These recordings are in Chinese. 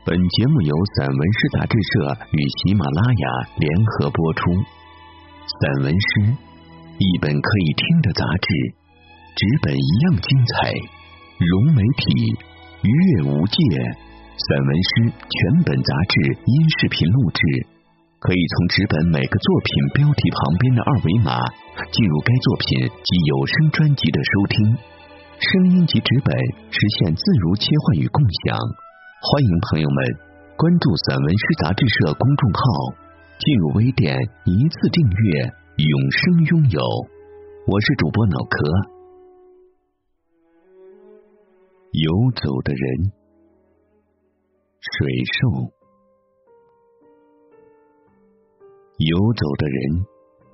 本节目由散文诗杂志社与喜马拉雅联合播出。散文诗，一本可以听的杂志，纸本一样精彩，融媒体，愉悦无界。散文诗全本杂志音视频录制，可以从纸本每个作品标题旁边的二维码进入该作品及有声专辑的收听。声音及纸本实现自如切换与共享。欢迎朋友们关注散文诗杂志社公众号，进入微店一次订阅，永生拥有。我是主播脑壳。游走的人，水兽。游走的人，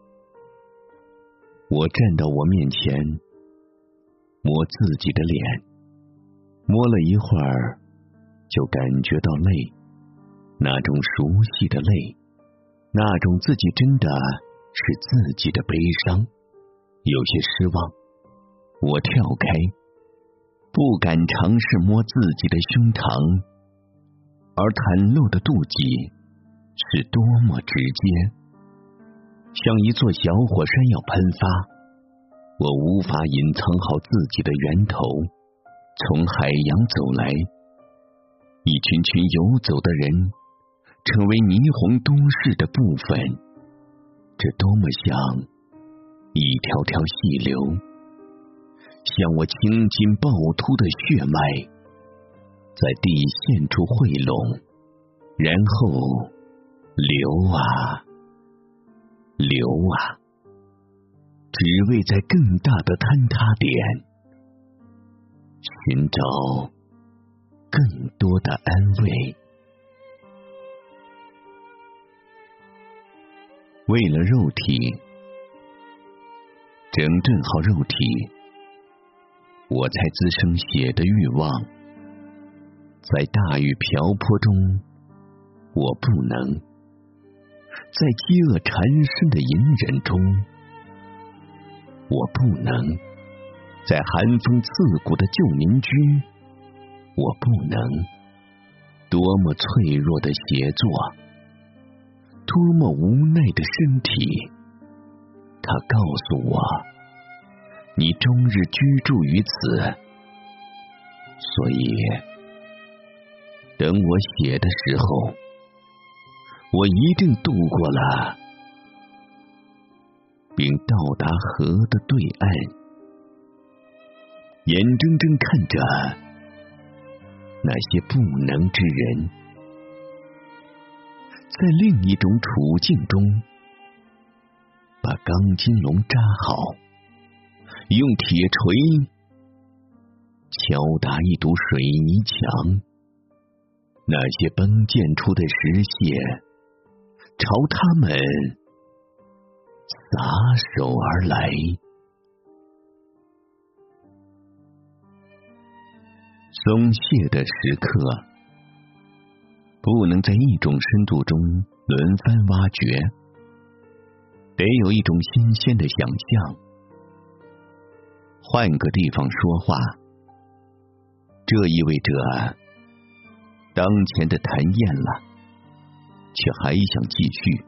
我站到我面前，摸自己的脸，摸了一会儿就感觉到累，那种熟悉的累，那种自己真的是自己的悲伤，有些失望。我跳开，不敢尝试摸自己的胸膛，而袒露的肚脐是多么直接，像一座小火山要喷发。我无法隐藏好自己的源头，从海洋走来，一群群游走的人，成为霓虹都市的部分。这多么像一条条细流，像我青筋暴突的血脉，在地线处汇拢，然后流啊流啊，只为在更大的坍塌点寻找更多的安慰。为了肉体，整顿好肉体，我才滋生血的欲望。在大雨瓢泼中，我不能；在饥饿缠身的隐忍中，我不能；在寒风刺骨的旧民居，我不能。多么脆弱的协作，多么无奈的身体，它告诉我，你终日居住于此。所以等我写的时候，我一定度过了，并到达河的对岸，眼睁睁看着那些不能之人在另一种处境中，把钢筋笼扎好，用铁锤敲打一堵水泥墙。那些崩溅出的石屑朝他们撒手而来。松懈的时刻，不能在一种深度中轮番挖掘，得有一种新鲜的想象。换个地方说话，这意味着当前的谈厌了，却还想继续。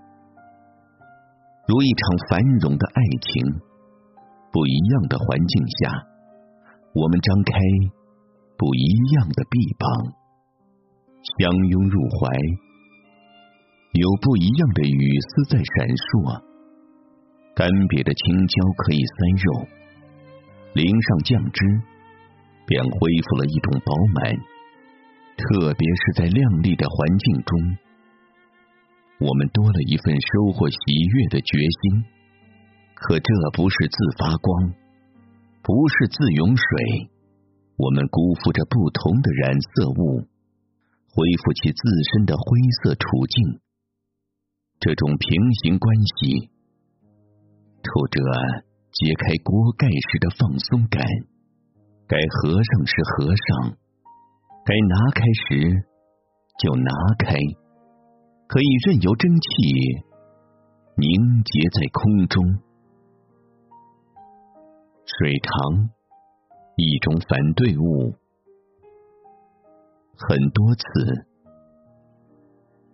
如一场繁荣的爱情，不一样的环境下，我们张开不一样的臂膀，相拥入怀，有不一样的雨丝在闪烁，干瘪的青椒可以塞肉，淋上酱汁，便恢复了一种饱满。特别是在亮丽的环境中，我们多了一份收获喜悦的决心。可这不是自发光，不是自涌水，我们辜负着不同的染色物，恢复其自身的灰色处境。这种平行关系，透着揭开锅盖时的放松感。该合上时合上，该拿开时就拿开，可以任由蒸汽凝结在空中。水塘，一种反对物，很多次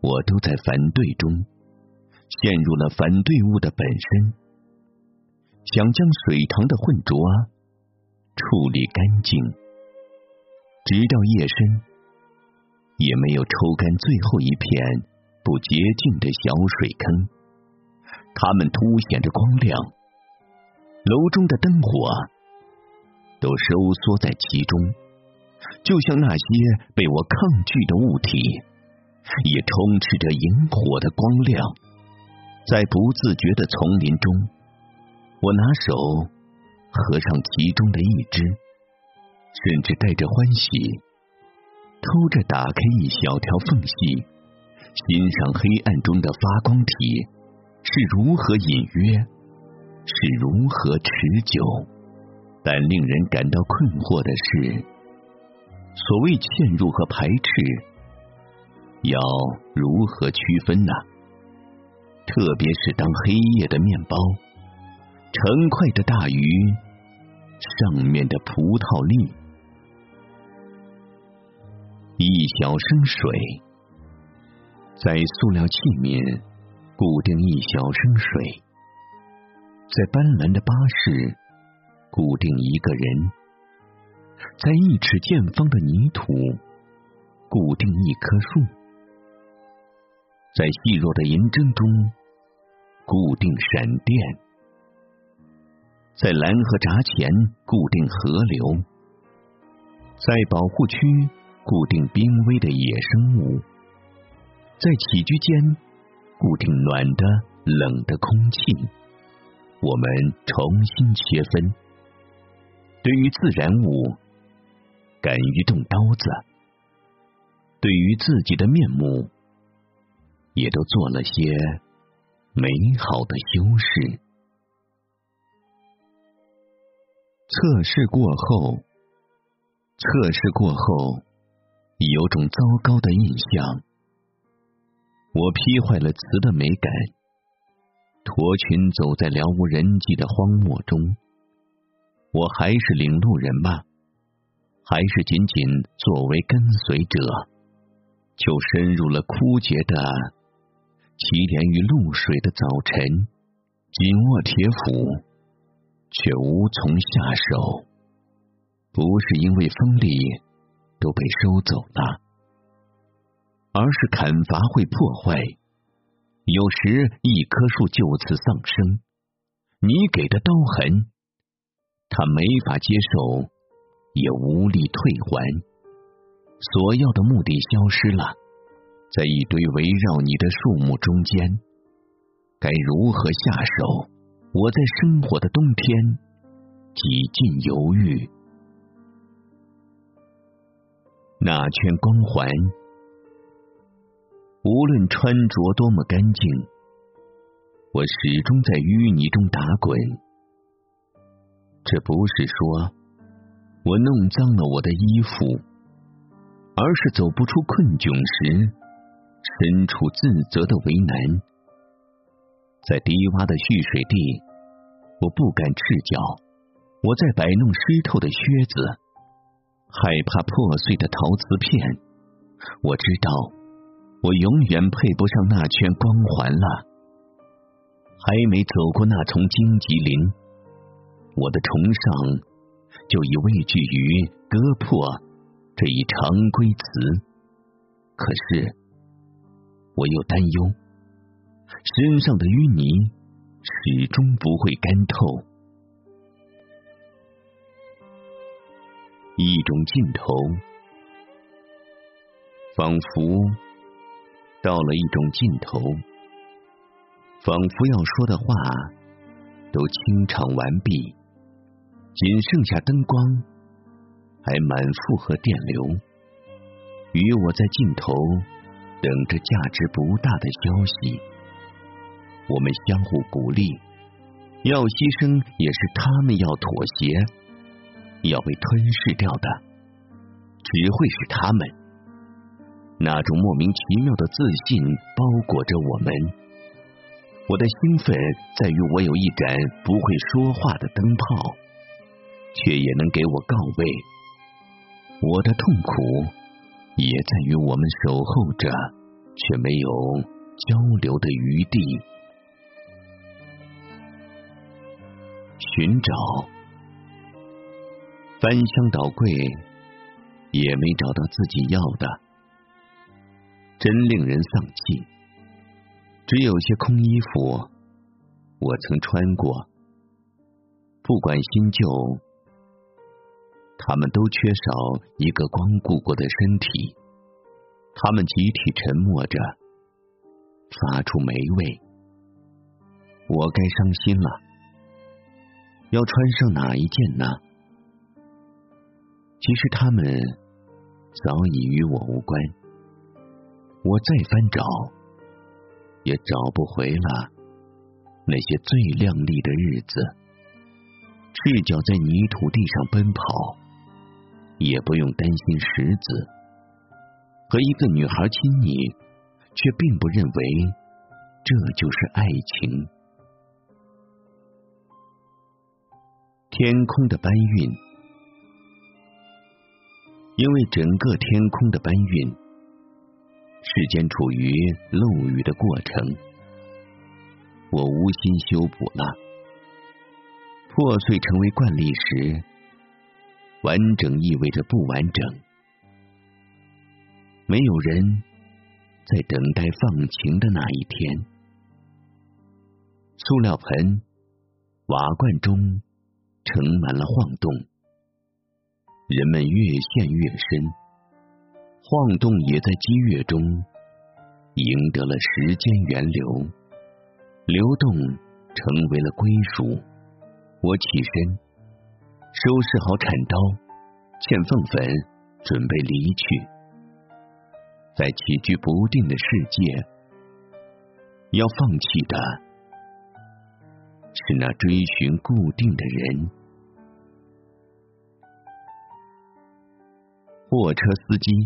我都在反对中陷入了反对物的本身，想将水塘的浑浊处理干净，直到夜深也没有抽干最后一片不洁净的小水坑。它们凸显着光亮，楼中的灯火都收缩在其中，就像那些被我抗拒的物体也充斥着萤火的光亮。在不自觉的丛林中，我拿手合上其中的一只，甚至带着欢喜偷着打开一小条缝隙，欣赏黑暗中的发光体是如何隐约，是如何持久。但令人感到困惑的是，所谓嵌入和排斥要如何区分呢？特别是当黑夜的面包成块的大于上面的葡萄粒。一小升水，在塑料器皿固定一小升水，在斑斓的巴士固定一个人，在1尺见方的泥土固定一棵树，在细弱的银针中固定闪电，在拦河闸前固定河流，在保护区固定濒危的野生物，在起居间固定暖的冷的空气。我们重新切分，对于自然物敢于动刀子，对于自己的面目也都做了些美好的修饰。测试过后有种糟糕的印象，我劈坏了词的美感，驼群走在了无人迹的荒漠中，我还是领路人吗？还是仅仅作为跟随者，就深入了枯竭的祁连于露水的早晨，紧握铁斧却无从下手，不是因为锋利都被收走了，而是砍伐会破坏，有时一棵树就此丧生。你给的刀痕，他没法接受，也无力退还，所要的目的消失了，在一堆围绕你的树木中间，该如何下手？我在生活的冬天几近犹豫。那圈光环，无论穿着多么干净，我始终在淤泥中打滚。这不是说我弄脏了我的衣服，而是走不出困窘时身处自责的为难。在低洼的蓄水地，我不敢赤脚，我在摆弄湿透的靴子，害怕破碎的陶瓷片。我知道我永远配不上那圈光环了。还没走过那丛荆棘林，我的崇尚就已畏惧于割破这一常规词。可是我又担忧，身上的淤泥始终不会干透。一种尽头，仿佛到了一种尽头，仿佛要说的话都清唱完毕，仅剩下灯光还满负荷电流，与我在尽头等着价值不大的消息。我们相互鼓励，要牺牲也是他们要妥协，要被吞噬掉的只会是他们。那种莫名其妙的自信包裹着我们。我的兴奋在于我有一盏不会说话的灯泡，却也能给我告慰。我的痛苦也在于我们守候着却没有交流的余地。寻找，翻箱倒柜，也没找到自己要的，真令人丧气。只有些空衣服我曾穿过，不管新旧，他们都缺少一个光顾过的身体，他们集体沉默着，发出霉味。我该伤心了，要穿上哪一件呢？其实他们早已与我无关，我再翻找，也找不回了那些最亮丽的日子。赤脚在泥土地上奔跑，也不用担心石子。和一个女孩亲昵，却并不认为这就是爱情。天空的搬运，因为整个天空的搬运，世间处于漏雨的过程，我无心修补了。破碎成为惯例时，完整意味着不完整。没有人在等待放晴的那一天。塑料盆、瓦罐中盛满了晃动，人们越陷越深，晃动也在激越中赢得了时间源流，流动成为了归属。我起身，收拾好铲刀、嵌缝粉，准备离去。在起居不定的世界，要放弃的是那追寻固定的人。货车司机，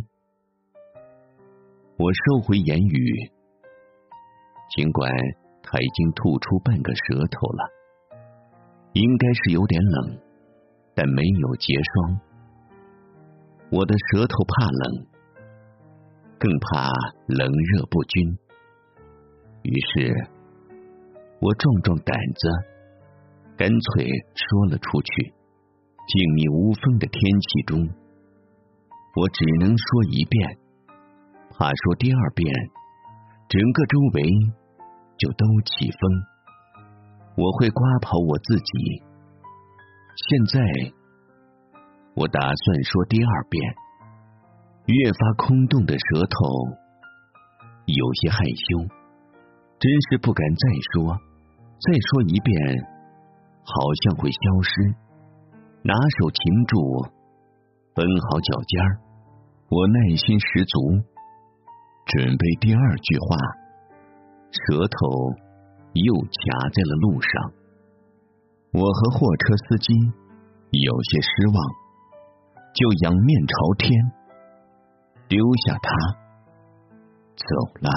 我收回言语，尽管他已经吐出半个舌头了，应该是有点冷，但没有结霜。我的舌头怕冷，更怕冷热不均，于是我壮壮胆子，干脆说了出去。静谧无风的天气中，我只能说一遍，怕说第二遍，整个周围就都起风，我会刮跑我自己。现在我打算说第二遍，越发空洞的舌头有些害羞，真是不敢再说，再说一遍好像会消失。拿手擒住，绷好脚尖儿，我耐心十足，准备第二句话，舌头又卡在了路上。我和货车司机有些失望，就仰面朝天，丢下他走了。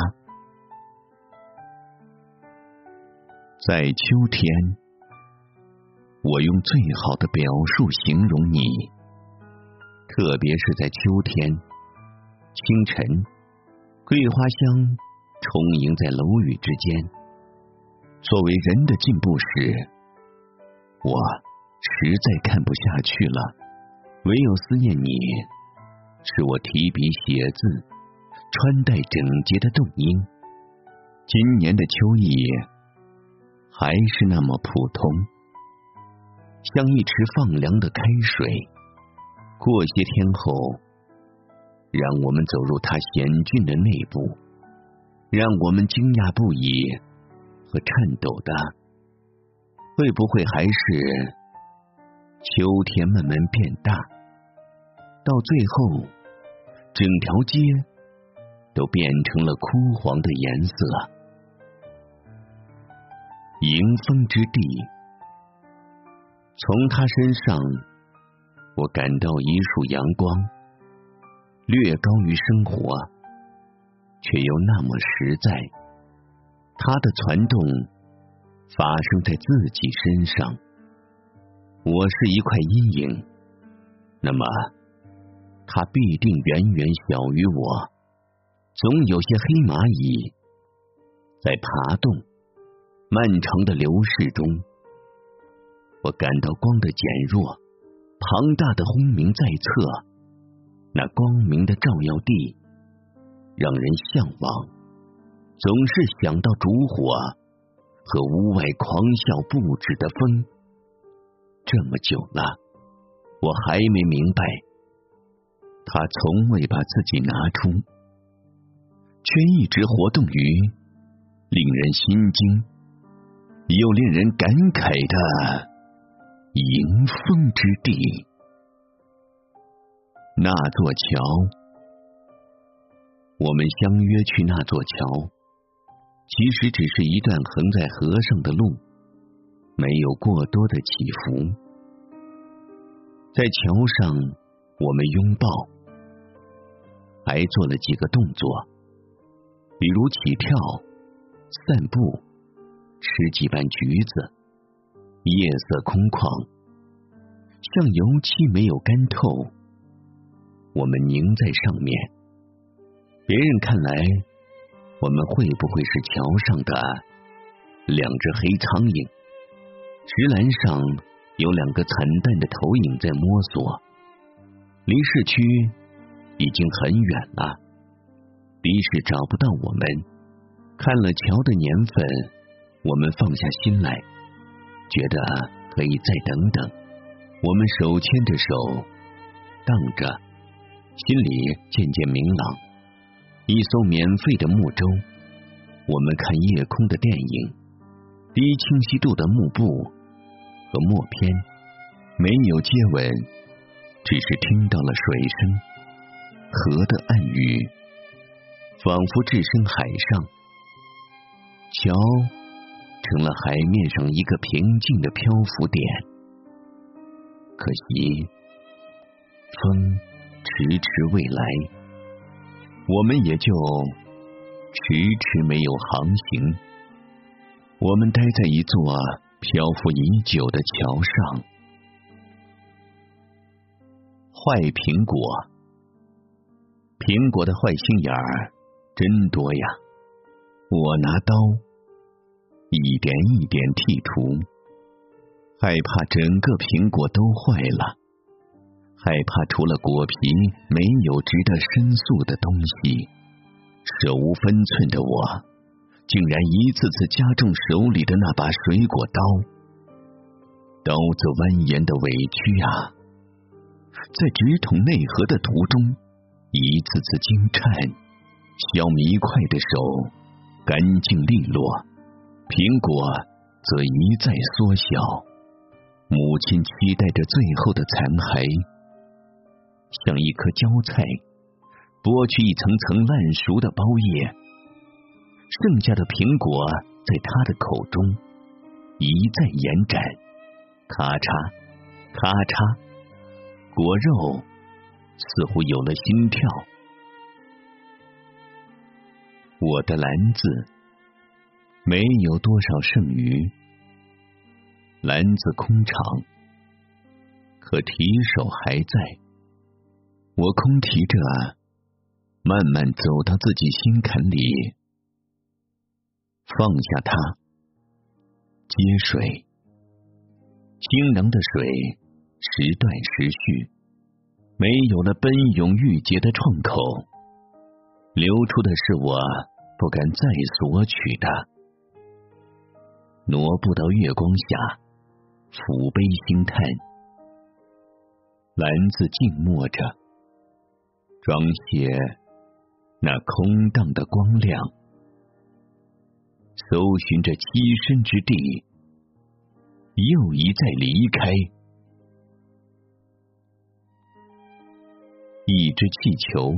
在秋天，我用最好的表述形容你，特别是在秋天，清晨，桂花香充盈在楼宇之间。作为人的进步史，我实在看不下去了，唯有思念你，是我提笔写字穿戴整洁的动因。今年的秋意还是那么普通，像一池放凉的开水，过些天后，让我们走入它险峻的内部，让我们惊讶不已和颤抖的，会不会还是秋天慢慢变大，到最后，整条街都变成了枯黄的颜色。迎风之地，从他身上，我感到一束阳光，略高于生活，却又那么实在。它的传动发生在自己身上，我是一块阴影，那么它必定远远小于我。 总有些黑蚂蚁在爬动。漫长的流逝中，我感到光的减弱，庞大的轰鸣在侧，那光明的照耀地让人向往，总是想到烛火和屋外狂笑不止的风。这么久了，我还没明白，他从未把自己拿出，却一直活动于令人心惊又令人感慨的迎风之地。那座桥，我们相约去那座桥，其实只是一段横在河上的路，没有过多的起伏。在桥上，我们拥抱，还做了几个动作，比如起跳、散步、吃几瓣橘子。夜色空旷，像油漆没有干透，我们凝在上面。别人看来，我们会不会是桥上的两只黑苍蝇？石栏上有两个惨淡的投影在摸索，离市区已经很远了，的士找不到我们。看了桥的年份，我们放下心来，觉得可以再等等。我们手牵着手荡着，心里渐渐明朗。一艘免费的木舟，我们看夜空的电影，低清晰度的幕布和默片，没有接吻，只是听到了水声，河的暗语仿佛置身海上。桥成了海面上一个平静的漂浮点，可惜风迟迟未来，我们也就迟迟没有航行。我们待在一座漂浮已久的桥上。坏苹果，苹果的坏心眼儿真多呀！我拿刀一点一点剔除，害怕整个苹果都坏了，害怕除了果皮没有值得申诉的东西。手无分寸的我，竟然一次次加重手里的那把水果刀。刀子蜿蜒的委屈啊，在直捅内核的途中，一次次惊颤，削米块的手干净利落，苹果则一再缩小。母亲期待着最后的残骸，像一颗椒菜，剥去一层层烂熟的包叶，剩下的苹果在他的口中一再延展，咔嚓咔嚓，果肉似乎有了心跳。我的篮子没有多少剩余，篮子空场，可提手还在。我空提着，慢慢走到自己心坎里，放下它，接水。清凉的水时断时续，没有了奔涌欲结的创口，流出的是我不敢再索取的。挪步到月光下，抚杯轻叹，篮子静默着，装卸那空荡的光亮，搜寻着栖身之地，又一再离开。一只气球，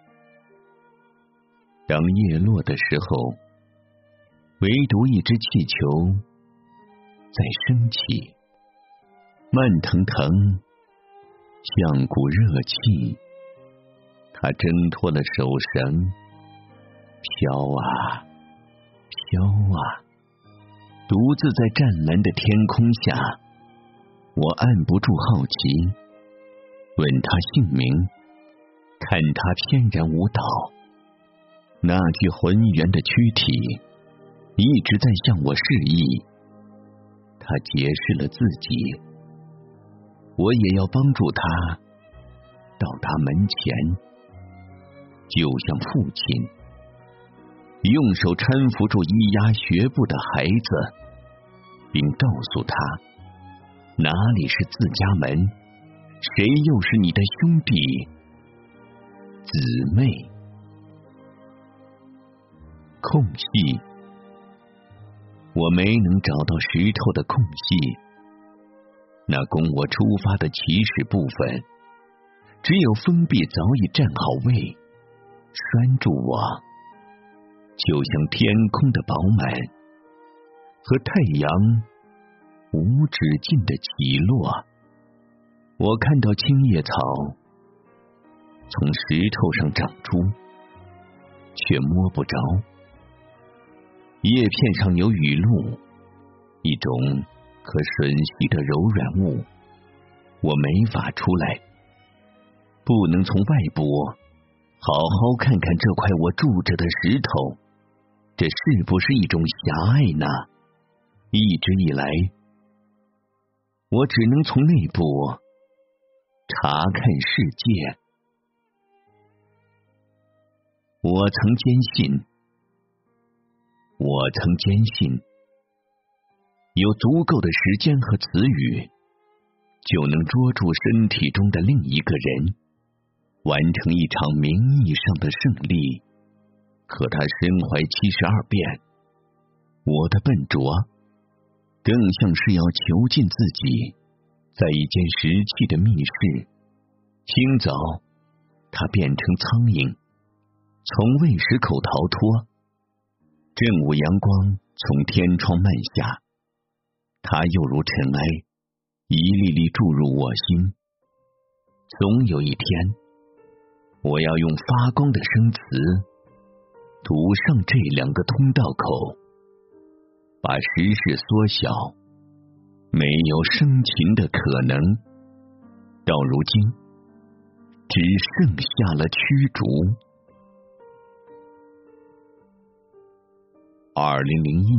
当叶落的时候，唯独一只气球在升起，慢腾腾，像股热气。它挣脱了手绳，飘啊飘啊，独自在湛蓝的天空下。我按不住好奇，问他姓名，看他翩然舞蹈。 那具浑圆的躯体一直在向我示意，他解释了自己，我也要帮助他到他门前，就像父亲用手搀扶住咿呀学步的孩子，并告诉他哪里是自家门，谁又是你的兄弟姊妹。空隙，我没能找到石头的空隙，那供我出发的起始部分，只有封闭早已站好位，拴住我，就像天空的饱满和太阳无止境的起落。我看到青叶草从石头上长出，却摸不着。叶片上有雨露，一种可吮吸的柔软物，我没法出来，不能从外部好好看看这块我住着的石头，这是不是一种狭隘呢？一直以来，我只能从内部查看世界。我曾坚信，有足够的时间和词语，就能捉住身体中的另一个人，完成一场名义上的胜利。可他身怀72变，我的笨拙更像是要囚禁自己在一间石器的密室。清早，他变成苍蝇，从胃食口逃脱。正午阳光从天窗漫下，它又如尘埃，一粒粒注入我心。总有一天，我要用发光的生词堵上这2个通道口，把时势缩小，没有生擒的可能。到如今，只剩下了驱逐。2001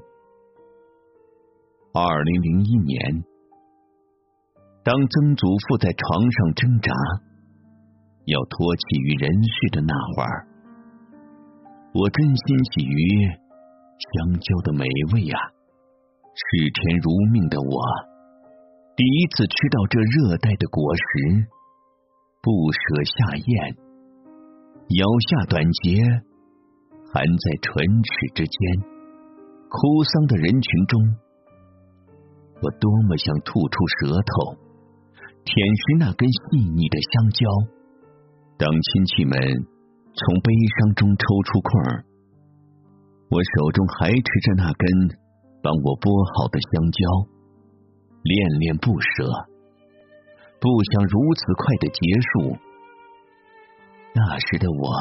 年，当曾祖父在床上挣扎，要脱气于人世的那会儿，我真欣喜于香蕉的美味啊！视天如命的我，第一次吃到这热带的果实，不舍下咽，咬下短节，含在唇齿之间。哭丧的人群中，我多么想吐出舌头，舔食那根细腻的香蕉。当亲戚们从悲伤中抽出空儿，我手中还持着那根帮我剥好的香蕉，恋恋不舍，不想如此快的结束。那时的我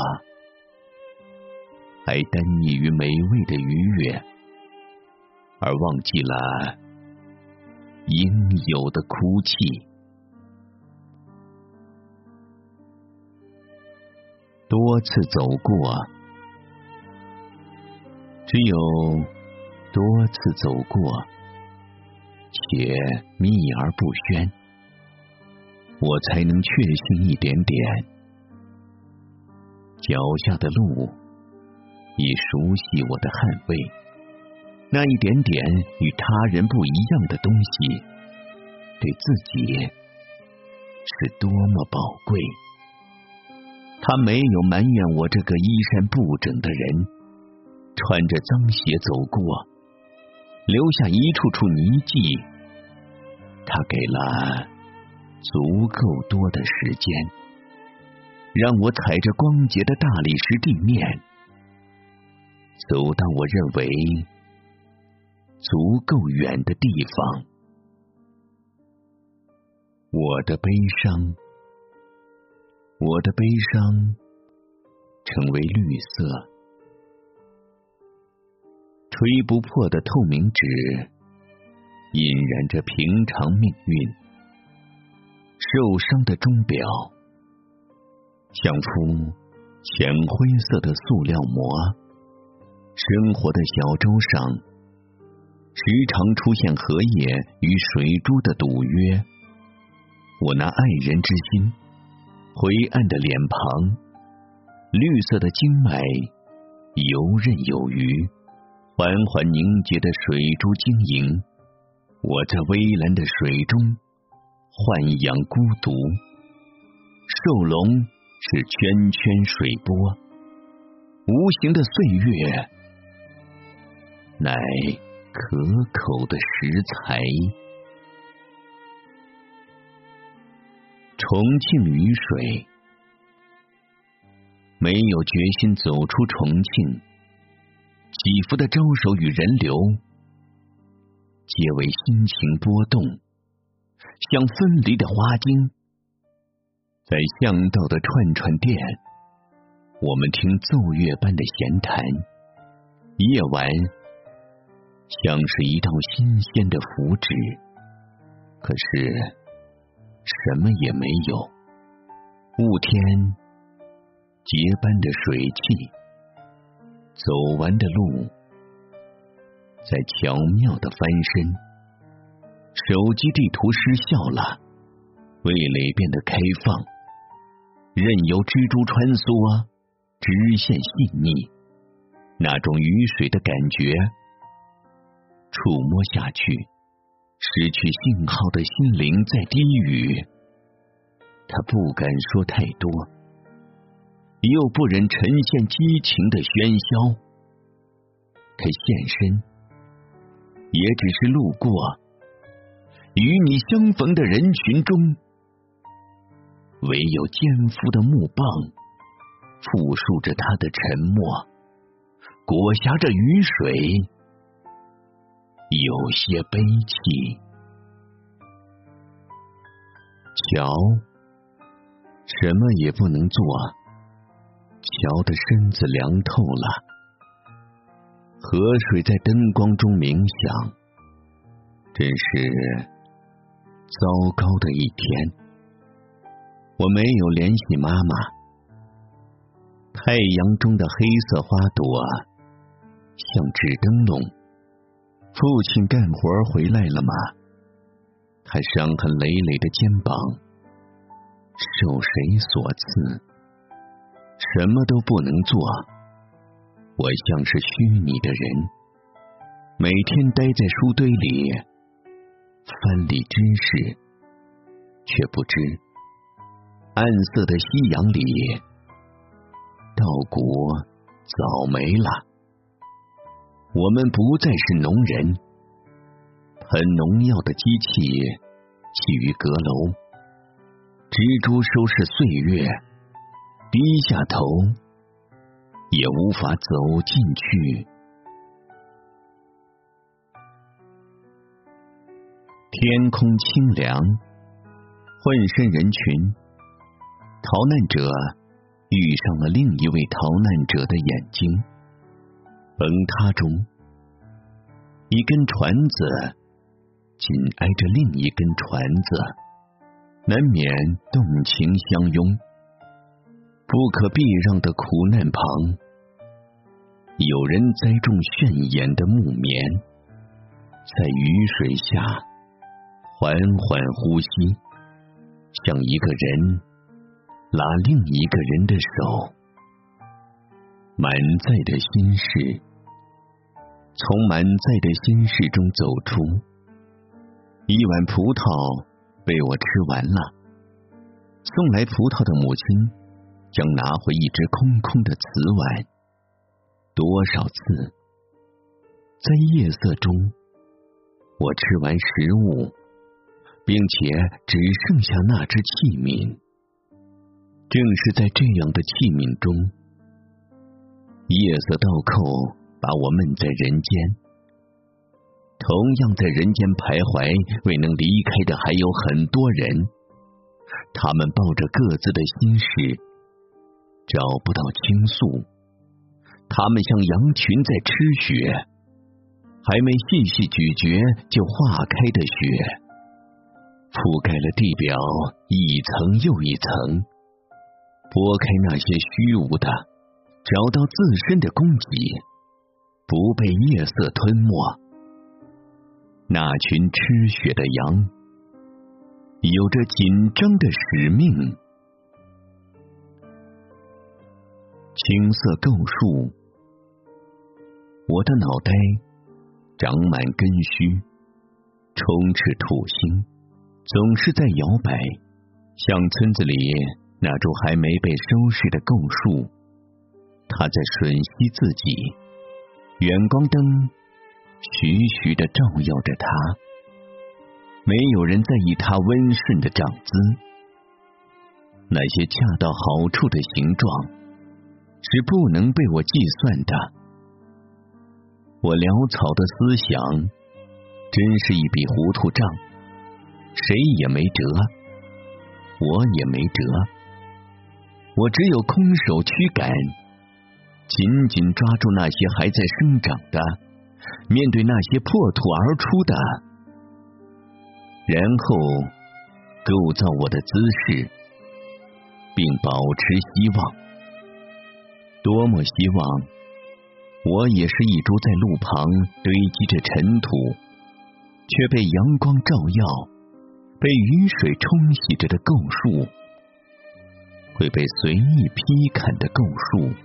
还耽溺于美味的愉悦，而忘记了应有的哭泣。多次走过，只有多次走过，且秘而不宣，我才能确信一点点，脚下的路已熟悉我的汗味，那一点点与他人不一样的东西，对自己是多么宝贵。他没有埋怨我这个衣衫不整的人，穿着脏鞋走过，留下一处处泥迹。他给了足够多的时间，让我踩着光洁的大理石地面，走到我认为足够远的地方。我的悲伤成为绿色，吹不破的透明纸隐染着平常命运。受伤的钟表像幅浅灰色的塑料膜，生活的小舟上时常出现荷叶与水珠的赌约。我那爱人之心，灰暗的脸庞，绿色的经脉游刃有余，缓缓凝结的水珠晶莹。我在微蓝的水中豢养孤独，兽龙是圈圈水波，无形的岁月乃可口的食材。重庆雨水，没有决心走出重庆，起伏的招手与人流，皆为心情波动，像分离的花茎。在巷道的串串店，我们听奏乐般的闲谈，夜晚像是一道新鲜的符纸，可是什么也没有。雾天结般的水汽，走完的路在巧妙的翻身。手机地图失效了，味蕾变得开放，任由蜘蛛穿梭，直线细腻。那种雨水的感觉，触摸下去，失去信号的心灵在低语。他不敢说太多，又不忍呈现激情的喧嚣。他现身，也只是路过，与你相逢的人群中，唯有肩负的木棒复述着他的沉默，裹挟着雨水，有些悲戚。桥什么也不能做，桥的身子凉透了。河水在灯光中冥想，真是糟糕的一天。我没有联系妈妈。太阳中的黑色花朵像纸灯笼。父亲干活回来了吗？他伤痕累累的肩膀受谁所刺？什么都不能做。我像是虚拟的人，每天待在书堆里翻理知识，却不知暗色的夕阳里，稻谷早没了。我们不再是农人，喷农药的机器弃于阁楼，蜘蛛收拾岁月，低下头也无法走进去。天空清凉，混身人群，逃难者遇上了另一位逃难者的眼睛。崩塌中，一根船子紧挨着另一根船子，难免动情相拥。不可避让的苦难旁，有人栽种炫眼的木棉，在雨水下缓缓呼吸，像一个人拉另一个人的手。满载的心事，从满载的心事中走出。一碗葡萄被我吃完了，送来葡萄的母亲将拿回一只空空的瓷碗。多少次在夜色中，我吃完食物，并且只剩下那只器皿。正是在这样的器皿中，夜色倒扣把我闷在人间。同样在人间徘徊未能离开的还有很多人，他们抱着各自的心事，找不到倾诉。他们像羊群在吃雪，还没细细咀嚼就化开的雪，覆盖了地表一层又一层， 拨开那些虚无的，找到自身的供给，不被夜色吞没。那群吃血的羊，有着紧张的使命。青色构树，我的脑袋长满根须，充斥土星，总是在摇摆，像村子里那株还没被收拾的构树，它在吮吸自己，远光灯徐徐地照耀着它，没有人在意它温顺的长姿，那些恰到好处的形状是不能被我计算的。我潦草的思想真是一笔糊涂账，谁也没辙，我也没辙，我只有空手驱赶，紧紧抓住那些还在生长的，面对那些破土而出的，然后构造我的姿势，并保持希望。多么希望我也是一株在路旁堆积着尘土，却被阳光照耀，被雨水冲洗着的构树，会被随意劈砍的构树。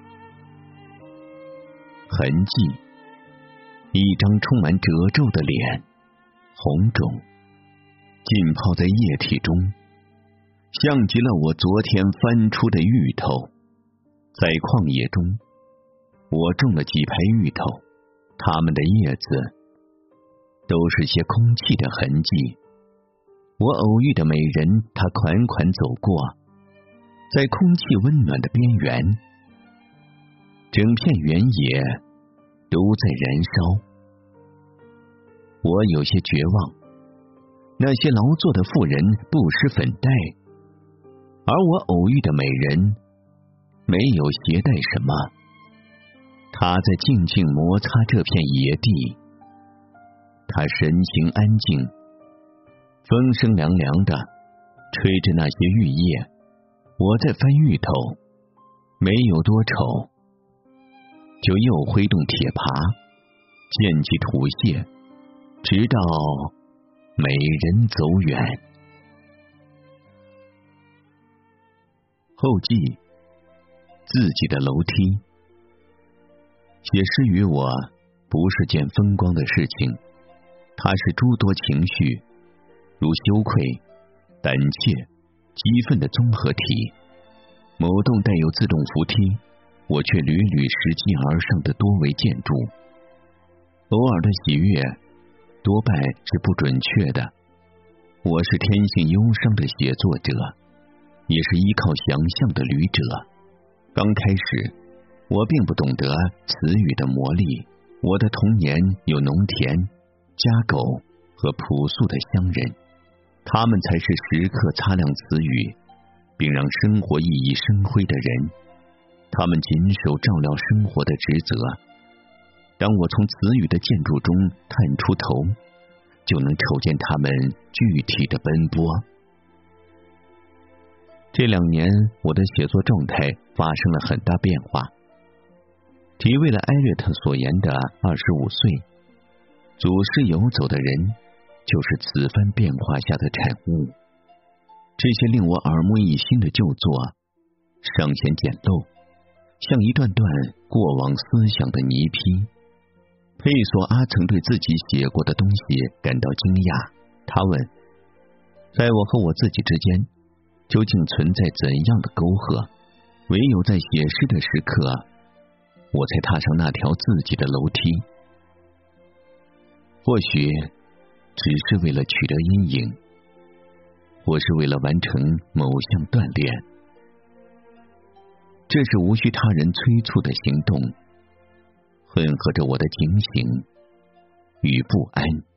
痕迹，一张充满褶皱的脸，红肿，浸泡在液体中，像极了我昨天翻出的芋头。在旷野中，我种了几排芋头，它们的叶子都是些空气的痕迹。我偶遇的美人，她款款走过，在空气温暖的边缘，整片原野都在燃烧。我有些绝望，那些劳作的妇人不施粉黛，而我偶遇的美人没有携带什么，他在静静摩擦这片野地，他神情安静，风声凉凉的吹着那些玉叶，我在翻芋头，没有多瞅，就又挥动铁耙，溅起土屑，直到美人走远。后记，自己的楼梯。写诗于我不是件风光的事情，它是诸多情绪，如羞愧、胆怯、激愤的综合体。某栋带有自动扶梯，我却屡屡拾级而上的多维建筑。偶尔的喜悦多半是不准确的。我是天性忧伤的写作者，也是依靠想象的旅者。刚开始我并不懂得词语的魔力，我的童年有农田、家狗和朴素的乡人，他们才是时刻擦亮词语并让生活熠熠生辉的人，他们谨守照料生活的职责。当我从词语的建筑中探出头，就能瞅见他们具体的奔波。这2年我的写作状态发生了很大变化。体味了艾略特所言的25岁，祖师游走的人就是此番变化下的产物。这些令我耳目一新的旧作尚显简陋，像一段段过往思想的泥坯。佩索阿曾对自己写过的东西感到惊讶，他问，在我和我自己之间究竟存在怎样的沟壑？唯有在写诗的时刻，我才踏上那条自己的楼梯。或许只是为了取得阴影，或是为了完成某项锻炼。这是无需他人催促的行动，混合着我的警醒与不安。